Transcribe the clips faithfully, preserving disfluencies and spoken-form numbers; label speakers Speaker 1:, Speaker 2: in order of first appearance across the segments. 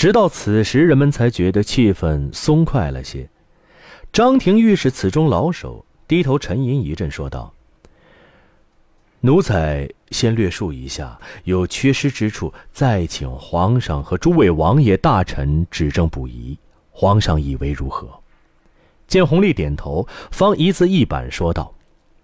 Speaker 1: 直到此时，人们才觉得气氛松快了些。张廷玉是此中老手，低头沉吟一阵，说道：“奴才先略述一下，有缺失之处，再请皇上和诸位王爷大臣指正补遗。皇上以为如何？”见弘历点头，方一字一板说道：“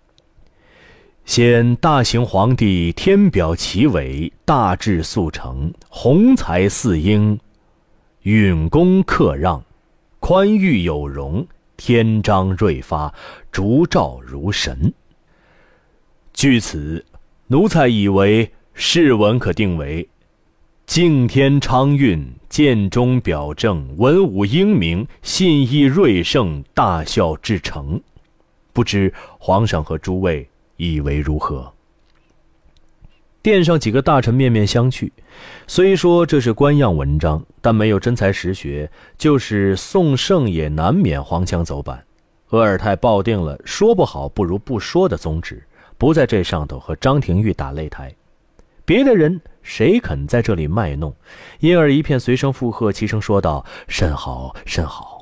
Speaker 1: 先大行皇帝天表奇伟，大志速成，宏才四英，允恭克让，宽裕有容，天章瑞发，烛照如神。据此，奴才以为誓文可定为敬天昌运，建中表正，文武英明，信义瑞盛，大孝至诚。不知皇上和诸位以为如何？”殿上几个大臣面面相觑，虽说这是官样文章，但没有真才实学，就是宋圣也难免黄腔走板。鄂尔泰抱定了说不好不如不说的宗旨，不在这上头和张廷玉打擂台。别的人谁肯在这里卖弄？因而一片随声附和，齐声说道：“甚好，甚好。”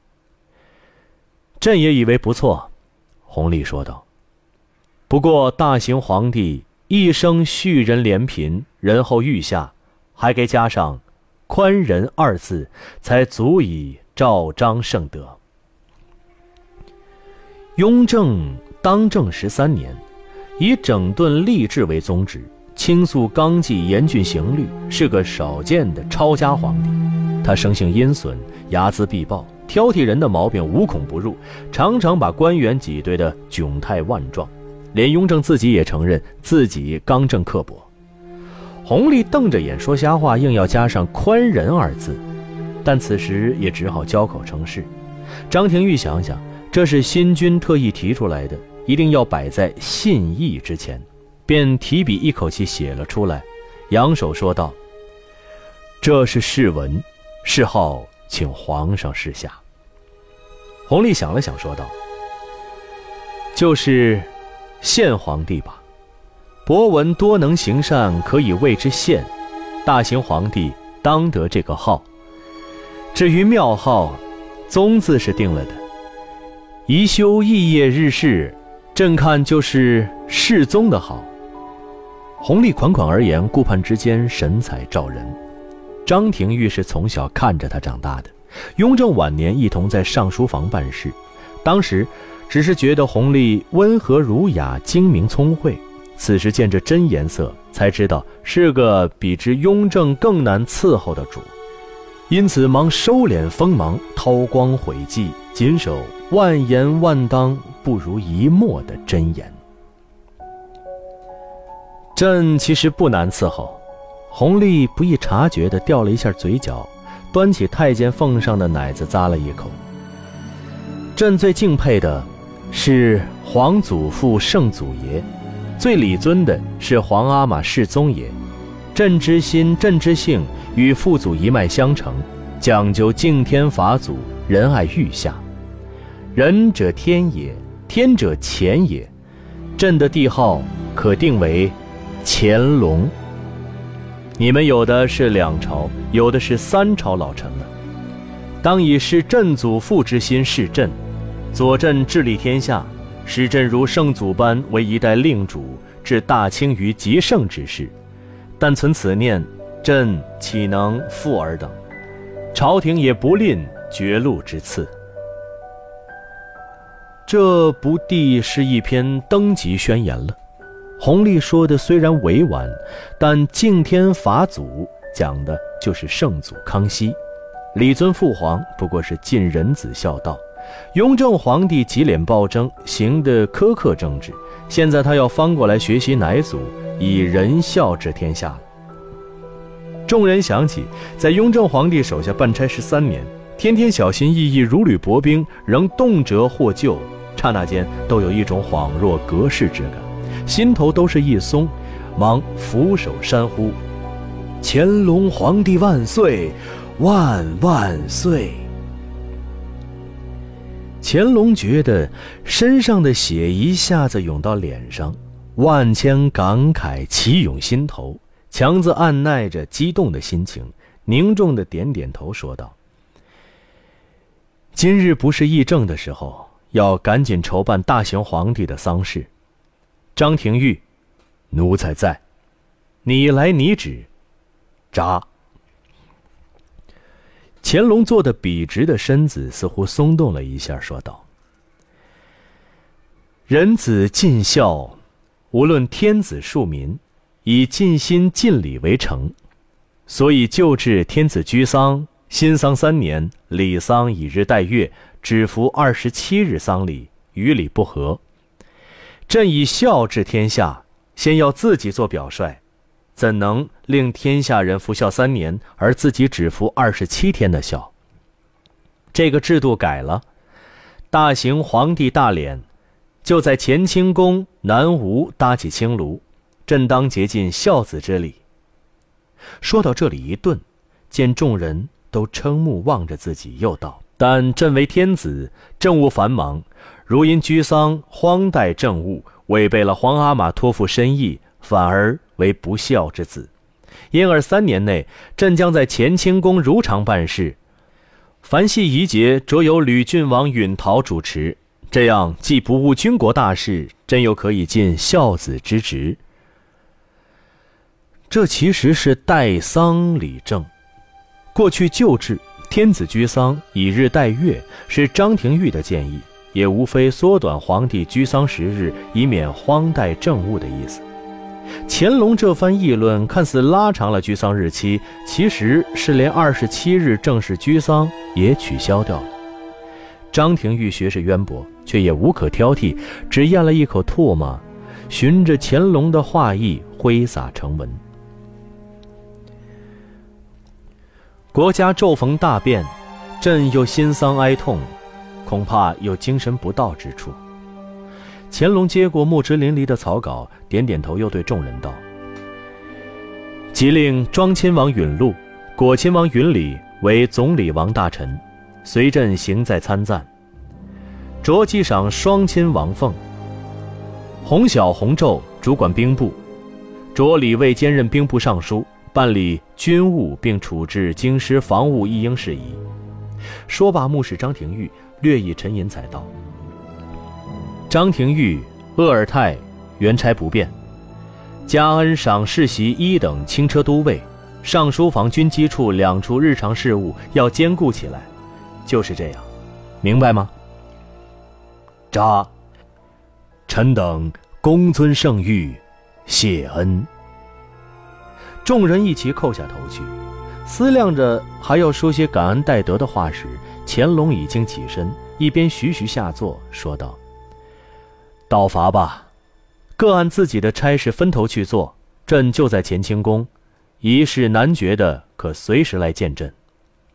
Speaker 1: 朕也以为不错。”弘历说道。“不过大行皇帝一生恤人怜贫，仁厚御下，还该加上宽仁二字，才足以昭彰圣德。”雍正当政十三年，以整顿吏治为宗旨，倾诉纲纪，严峻刑律，是个少见的抄家皇帝。他生性阴损，睚眦必报，挑剔人的毛病无孔不入，常常把官员挤兑得窘态万状。连雍正自己也承认自己刚正刻薄。弘历瞪着眼说瞎话，硬要加上宽仁二字，但此时也只好交口称是。张廷玉想想，这是新君特意提出来的，一定要摆在信义之前，便提笔一口气写了出来，扬手说道：“这是誓文，谥号请皇上示下。”弘历想了想说道：“就是献皇帝吧，博闻多能行善，可以谓之献。大行皇帝当得这个号。至于庙号，宗字是定了的，宜修异业日事，朕看就是世宗的好。”弘历款款而言，顾盼之间神采照人。张廷玉是从小看着他长大的，雍正晚年一同在上书房办事，当时只是觉得弘历温和儒雅，精明聪慧。此时见着真颜色，才知道是个比之雍正更难伺候的主，因此忙收敛锋芒，韬光晦迹，谨守万言万当不如一墨的真言。朕其实不难伺候。弘历不易察觉地掉了一下嘴角，端起太监奉上的奶子咂了一口。朕最敬佩的是皇祖父圣祖爷，最礼尊的是皇阿玛世宗爷。朕之心，朕之性与父祖一脉相承，讲究敬天法祖，仁爱御下。仁者天也，天者乾也。朕的帝号可定为乾隆。你们有的是两朝，有的是三朝老臣了，当以是朕祖父之心事朕，佐朕治理天下，使朕如圣祖般为一代令主，治大清于极盛之事。但存此念，朕岂能负尔等？朝廷也不吝绝禄之赐。这不地是一篇登基宣言了。弘历说的虽然委婉，但敬天法祖讲的就是圣祖康熙，礼尊父皇不过是尽人子孝道。雍正皇帝急脸暴政，行得苛刻正直，现在他要翻过来学习乃祖，以仁孝治天下了。众人想起在雍正皇帝手下办差十三年，天天小心翼翼，如履薄冰，仍动辄获救，刹那间都有一种恍若隔世之感，心头都是一松，忙俯首山呼：“乾隆皇帝万岁，万万岁！”乾隆觉得身上的血一下子涌到脸上，万千感慨齐涌心头，强自按耐着激动的心情， 凝重地点点头说道：今日不是议政的时候，要赶紧筹办大行皇帝的丧事。张廷玉，奴才在，你来你旨。札。乾隆坐得笔直的身子似乎松动了一下，说道：人子尽孝，无论天子庶民，以尽心尽礼为诚，所以就制天子居丧，新丧三年，礼丧以日待月，只服二十七日丧礼，与礼不合。朕以孝治天下，先要自己做表率，怎能令天下人服孝三年，而自己只服二十七天的孝？这个制度改了，大行皇帝大殓就在乾清宫南吴搭起清炉，朕当竭尽孝子之礼。说到这里一顿，见众人都瞠目望着自己，又道：但朕为天子，政务繁忙，如因居丧荒怠政务，违背了皇阿玛托付深意，反而为不孝之子。因而三年内，朕将在乾清宫如常办事，凡系仪节着由吕郡王允陶主持，这样既不误军国大事，朕又可以尽孝子之职。这其实是代丧礼政。过去旧制天子居丧以日待月是张廷玉的建议，也无非缩短皇帝居丧时日，以免荒怠政务的意思。乾隆这番议论看似拉长了居丧日期，其实是连二十七日正式居丧也取消掉了。张廷玉学识渊博，却也无可挑剔，只咽了一口唾沫，循着乾隆的话意挥洒成文。国家骤逢大变，朕又心丧哀痛，恐怕有精神不到之处。乾隆接过墨汁淋漓的草稿，点点头，又对众人道：即令庄亲王允禄、果亲王允礼为总理王大臣，随朕行在参赞。着记赏双亲王凤、洪晓、洪胄主管兵部，着李卫兼任兵部尚书，办理军务，并处置京师防务一应事宜。说罢，目视张廷玉，略一沉吟，才道：张廷玉、鄂尔泰原差不变，加恩赏世袭一等轻车都尉，尚书房军机处两处日常事务要兼顾起来，就是这样，明白吗？札。臣等恭遵圣谕，谢恩。众人一齐叩下头去，思量着还要说些感恩戴德的话时，乾隆已经起身，一边徐徐下座，说道：道罚吧，各按自己的差事分头去做，朕就在乾清宫，一事难决的可随时来见朕。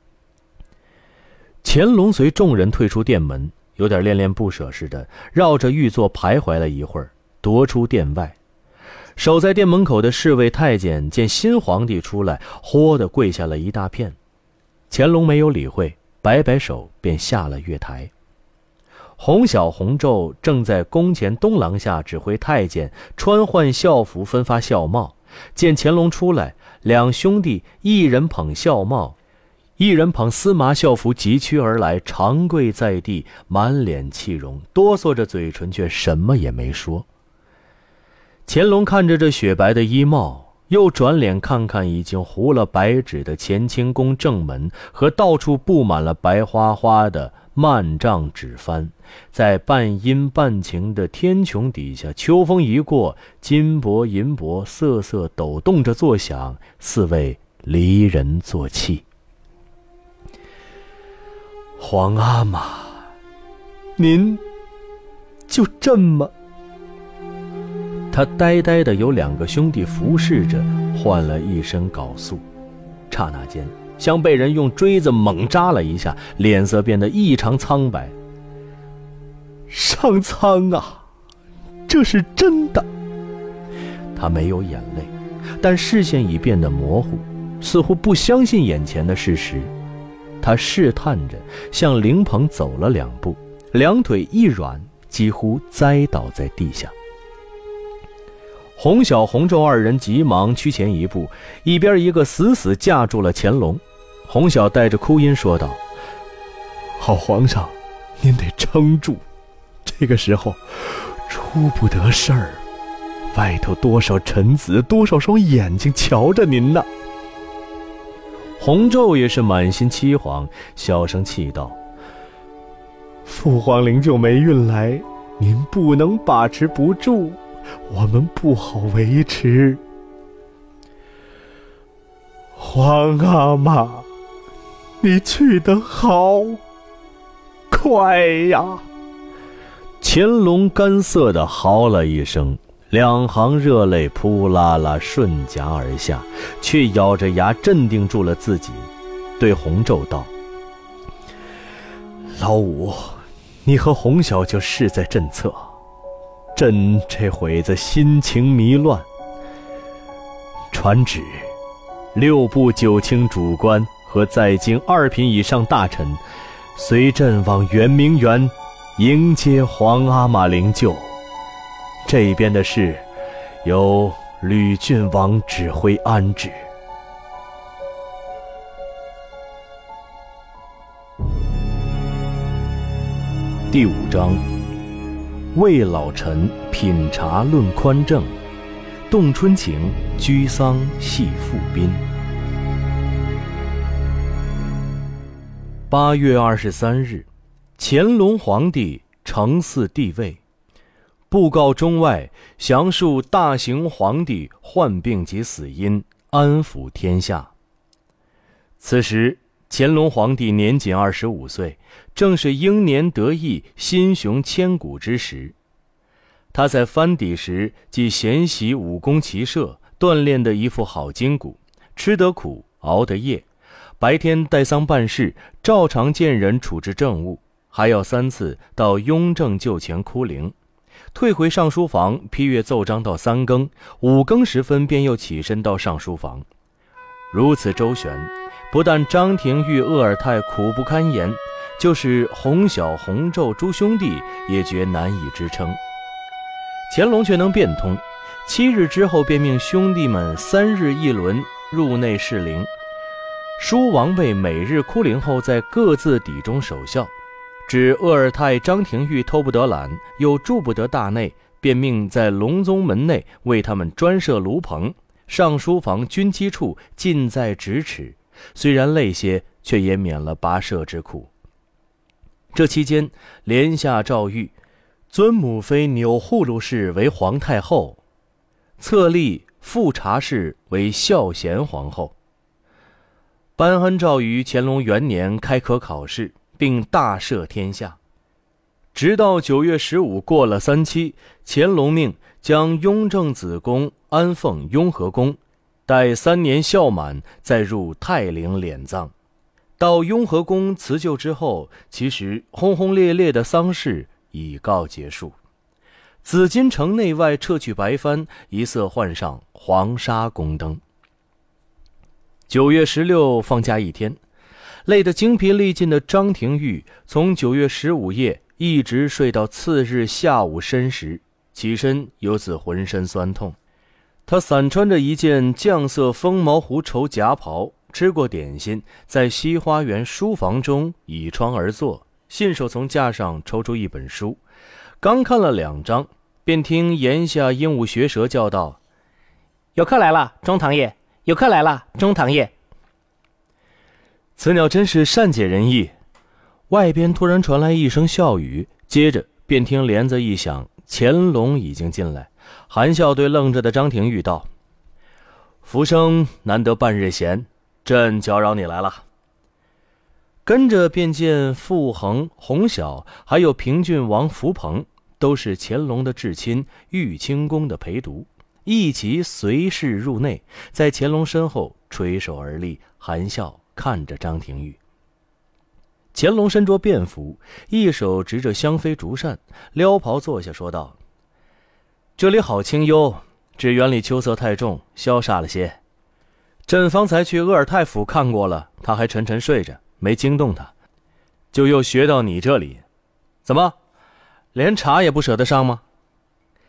Speaker 1: 乾隆随众人退出殿门，有点恋恋不舍似的，绕着御座徘徊了一会儿，踱出殿外。守在殿门口的侍卫太监见新皇帝出来，豁地跪下了一大片。乾隆没有理会，摆摆手便下了月台。洪晓、洪胄正在宫前东廊下指挥太监穿换校服，分发校帽。见乾隆出来，两兄弟一人捧校帽，一人捧丝麻校服，急趋而来，长跪在地，满脸气容，哆嗦着嘴唇，却什么也没说。乾隆看着这雪白的衣帽，又转脸看看已经糊了白纸的乾清宫正门和到处布满了白花花的幔帐纸幡，在半阴半晴的天穹底下，秋风一过，金箔银箔瑟瑟抖动着作响，似为离人作泣。皇阿玛，您就这么……他呆呆的有两个兄弟服侍着，换了一身缟素，刹那间像被人用锥子猛扎了一下，脸色变得异常苍白。上苍啊，这是真的！他没有眼泪，但视线已变得模糊，似乎不相信眼前的事实。他试探着向灵棚走了两步，两腿一软，几乎栽倒在地下。 洪小、洪胄二人急忙趋前一步，一边一个死死架住了乾隆。洪小带着哭音说道：“好皇上，您得撑住，这个时候出不得事儿，外头多少臣子，多少双眼睛瞧着您呢。”洪胄也是满心凄惶，小声气道：“父皇灵柩没运来，您不能把持不住，我们不好维持。”皇阿玛，你去得好快呀！乾隆干涩地嚎了一声，两行热泪扑啦啦顺颊而下，却咬着牙镇定住了自己，对洪胄道：“老五，你和洪小就势在朕侧，朕这会子心情迷乱。传旨，六部九卿主官和在京二品以上大臣，随朕往圆明园迎接皇阿玛灵柩。这边的事，由吕郡王指挥安置。”第五章，为老臣品茶论宽政，动春情，居丧系富宾。八月二十三日，乾隆皇帝承嗣帝位，布告中外，详述大行皇帝患病及死因，安抚天下。此时乾隆皇帝年仅二十五岁，正是英年得意、心雄千古之时。他在藩邸时即研习武功骑射，锻炼的一副好筋骨，吃得苦，熬得夜，白天代丧办事，照常见人处置政务，还要三次到雍正旧前哭灵，退回上书房批阅奏章到三更，五更时分便又起身到上书房。如此周旋，不但张廷玉、鄂尔泰苦不堪言，就是洪小、洪胄诸兄弟也觉难以支撑。乾隆却能变通，七日之后便命兄弟们三日一轮入内侍灵，书王辈每日哭灵后在各自邸中守孝。指鄂尔泰、张廷玉偷不得懒，又住不得大内，便命在隆宗门内为他们专设炉棚，上书房军机处近在咫尺，虽然累些，却也免了跋涉之苦。这期间，连下诏谕，尊母妃钮祜禄氏为皇太后，册立富察氏为孝贤皇后。颁恩诏于乾隆元年开科考试，并大赦天下。直到九月十五过了三期，乾隆命将雍正子宫安奉雍和宫，待三年孝满，再入泰陵敛葬。到雍和宫辞柩之后，其实轰轰烈烈的丧事已告结束。紫禁城内外撤去白帆，一色换上黄纱宫灯。九月十六放假一天，累得精疲力尽的张廷玉从九月十五夜一直睡到次日下午申时，起身由此浑身酸痛。他散穿着一件绛色风毛狐绸夹袍，吃过点心，在西花园书房中倚窗而坐，信手从架上抽出一本书，刚看了两章，便听檐下鹦鹉学舌叫道：“有客来了，中堂爷！有客来了，中堂爷！”此鸟真是善解人意。外边突然传来一声笑语，接着便听帘子一响，乾隆已经进来，含笑对愣着的张廷玉道：“福生难得半日闲，朕搅扰你来了。”跟着便见傅恒、洪小，还有平郡王福鹏，都是乾隆的至亲玉清宫的陪读，一齐随侍入内，在乾隆身后垂手而立，含笑看着张廷玉。乾隆身着便服，一手执着香妃竹扇，撩袍坐下说道：“这里好清幽，只园里秋色太重，消煞了些。朕方才去鄂尔泰府看过了，他还沉沉睡着，没惊动他，就又学到你这里。怎么，连茶也不舍得上吗？”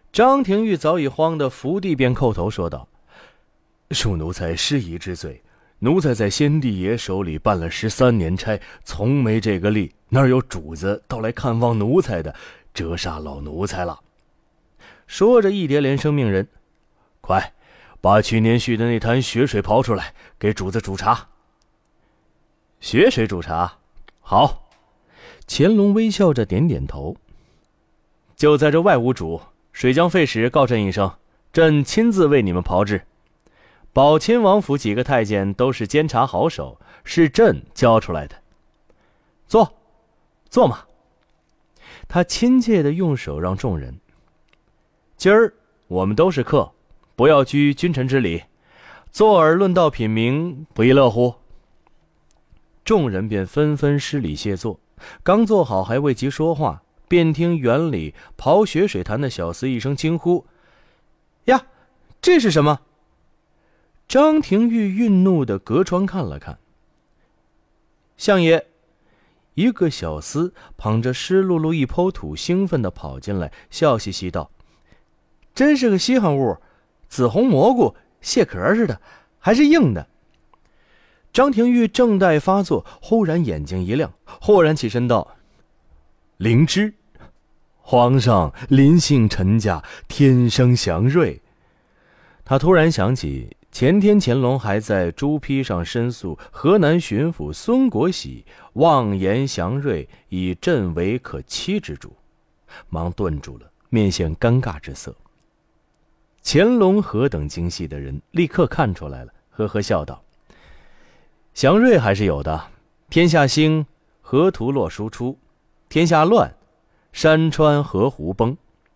Speaker 1: 张廷玉早已慌得伏地便叩头说道：“恕奴才失仪之罪，奴才在先帝爷手里办了十三年差，从没这个例，哪有主子到来看望奴才的，折煞老奴才了。”说着，一叠连声命人：“快把去年续的那坛血水刨出来，给主子煮茶。”血水煮茶，好。乾隆微笑着点点头。就在这外屋煮，水将沸时告朕一声，朕亲自为你们炮制。宝亲王府几个太监都是监察好手，是朕教出来的。坐，坐嘛。他亲切地用手让众人：“今儿我们都是客，不要拘君臣之礼，坐而论道品茗，不亦乐乎？”众人便纷纷施礼谢坐，刚坐好还未及说话，便听园里刨血水坛的小厮一声惊呼：“呀，这是什么？”张廷玉愠怒地隔窗看了看，相爷。一个小厮捧着湿漉漉一抔土，兴奋地跑进来，笑嘻嘻道：“真是个稀罕物，紫红蘑菇，蟹壳似的，还是硬的。”张廷玉正待发作，忽然眼睛一亮，豁然起身道：“灵芝，皇上临幸陈家，天生祥瑞。”他突然想起前天乾隆还在朱批上申诉河南巡抚孙国喜妄言祥瑞以朕为可欺之主，忙顿住了，面现尴尬之色。乾隆何等精细的人，立刻看出来了，呵呵笑道：“祥瑞还是有的，天下兴，河图洛书出；天下乱，山川河湖崩。”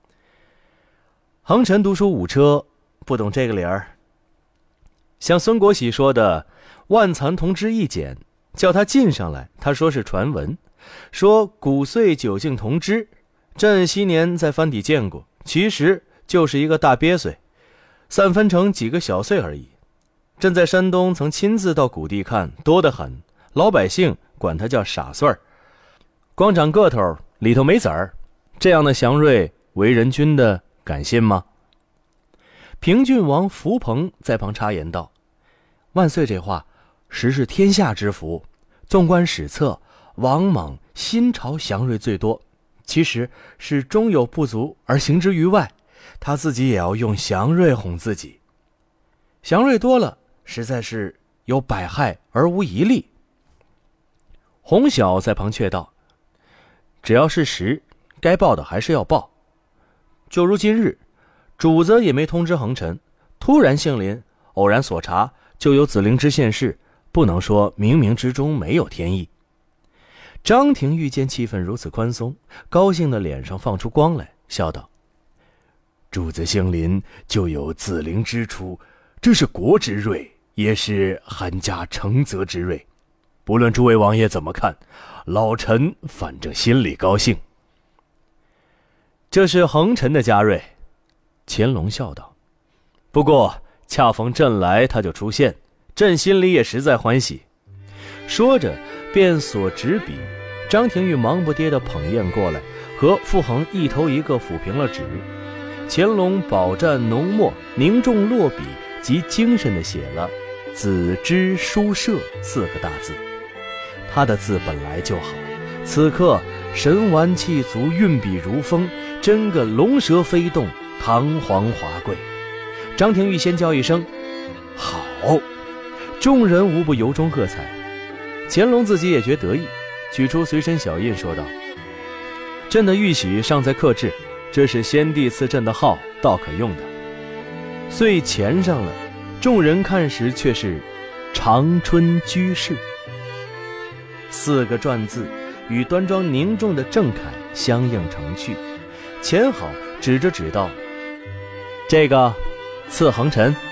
Speaker 1: 恒辰读书五车，不懂这个理儿。像孙国喜说的万蚕同枝一剪，叫他进上来，他说是传闻，说骨碎酒净同枝，朕昔年在藩邸见过，其实就是一个大鳖碎，散分成几个小碎而已。朕在山东曾亲自到谷地看，多得很，老百姓管它叫傻穗儿，光长个头，里头没籽儿。这样的祥瑞，为人君的敢信吗？平郡王福鹏在旁插言道：“万岁这话实是天下之福，纵观史册，王莽新朝祥瑞最多，其实是终有不足而行之于外，他自己也要用祥瑞哄自己。祥瑞多了，实在是有百害而无一利。”洪晓在旁却道：“只要是实，该报的还是要报。就如今日，主子也没通知恒辰，突然姓林，偶然所查，就有紫灵芝现世，不能说冥冥之中没有天意。”张廷玉见气氛如此宽松，高兴的脸上放出光来，笑道：“主子姓林，就有紫灵之出，这是国之瑞，也是韩家承泽之瑞。不论诸位王爷怎么看，老臣反正心里高兴。”这是恒辰的嘉瑞。乾隆笑道：“不过恰逢朕来，他就出现，朕心里也实在欢喜。”说着便所执笔，张廷玉忙不迭地捧砚过来，和傅恒一头一个抚平了纸。乾隆饱蘸浓墨，凝重落笔，极精神地写了“子之书社”四个大字。他的字本来就好，此刻神完气足，运笔如风，真个龙蛇飞动，堂皇华贵。张廷玉先叫一声“好”，众人无不由衷喝彩。乾隆自己也觉得意，取出随身小印说道：“朕的玉玺尚在刻制，这是先帝赐朕的号，倒可用的。”遂签上了，众人看时却是长春居士四个篆字，与端庄凝重的郑恺相映成趣。钱好指着指道：“这个赐恒辰。”